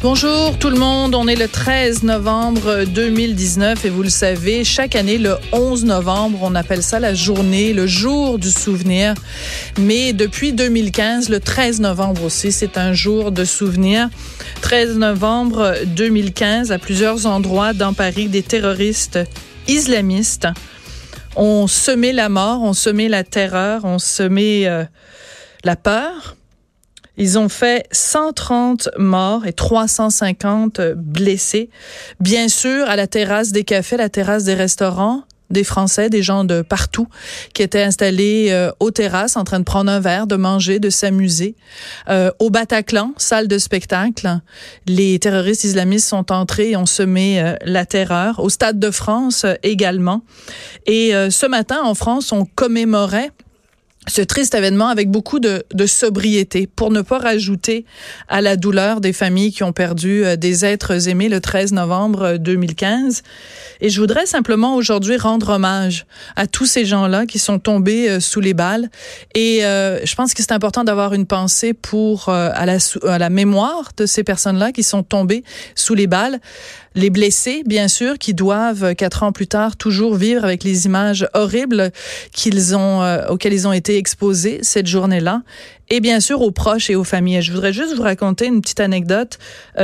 Bonjour tout le monde, on est le 13 novembre 2019 et vous le savez, chaque année le 11 novembre, on appelle ça la journée, le jour du souvenir. Mais depuis 2015, le 13 novembre aussi, c'est un jour de souvenir. 13 novembre 2015, à plusieurs endroits dans Paris, des terroristes islamistes ont semé la mort, ont semé la terreur, ont semé la peur. Ils ont fait 130 morts et 350 blessés. Bien sûr, à la terrasse des cafés, la terrasse des restaurants, des Français, des gens de partout qui étaient installés aux terrasses en train de prendre un verre, de manger, de s'amuser. Au Bataclan, salle de spectacle, les terroristes islamistes sont entrés et ont semé la terreur. Au Stade de France également. Et ce matin, en France, on commémorait ce triste événement avec beaucoup de sobriété pour ne pas rajouter à la douleur des familles qui ont perdu des êtres aimés le 13 novembre 2015. Et je voudrais simplement aujourd'hui rendre hommage à tous ces gens-là qui sont tombés sous les balles. Et je pense que c'est important d'avoir une pensée pour à la mémoire de ces personnes-là qui sont tombées sous les balles. Les blessés, bien sûr, qui doivent, 4 ans plus tard, toujours vivre avec les images horribles auxquelles ils ont été exposés cette journée-là. Et bien sûr, aux proches et aux familles. Je voudrais juste vous raconter une petite anecdote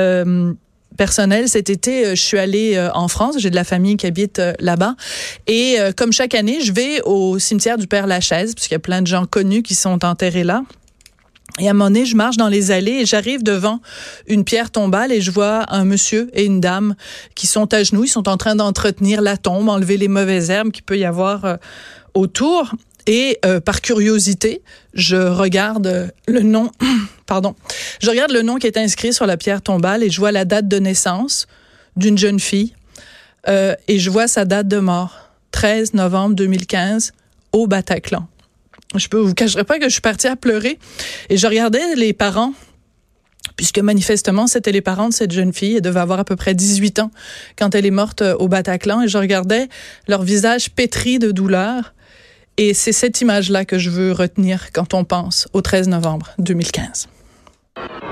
personnelle. Cet été, je suis allée en France. J'ai de la famille qui habite là-bas. Et comme chaque année, je vais au cimetière du Père-Lachaise, parce qu'il y a plein de gens connus qui sont enterrés là. Et à un moment donné, je marche dans les allées et j'arrive devant une pierre tombale et je vois un monsieur et une dame qui sont à genoux. Ils sont en train d'entretenir la tombe, enlever les mauvaises herbes qu'il peut y avoir autour. Et par curiosité, je regarde le nom, je regarde le nom qui est inscrit sur la pierre tombale et je vois la date de naissance d'une jeune fille et je vois sa date de mort, 13 novembre 2015, au Bataclan. Je vous cacherai pas que je suis partie à pleurer et je regardais les parents, puisque manifestement, c'était les parents de cette jeune fille. Elle devait avoir à peu près 18 ans quand elle est morte au Bataclan et je regardais leur visage pétri de douleur. Et c'est cette image-là que je veux retenir quand on pense au 13 novembre 2015.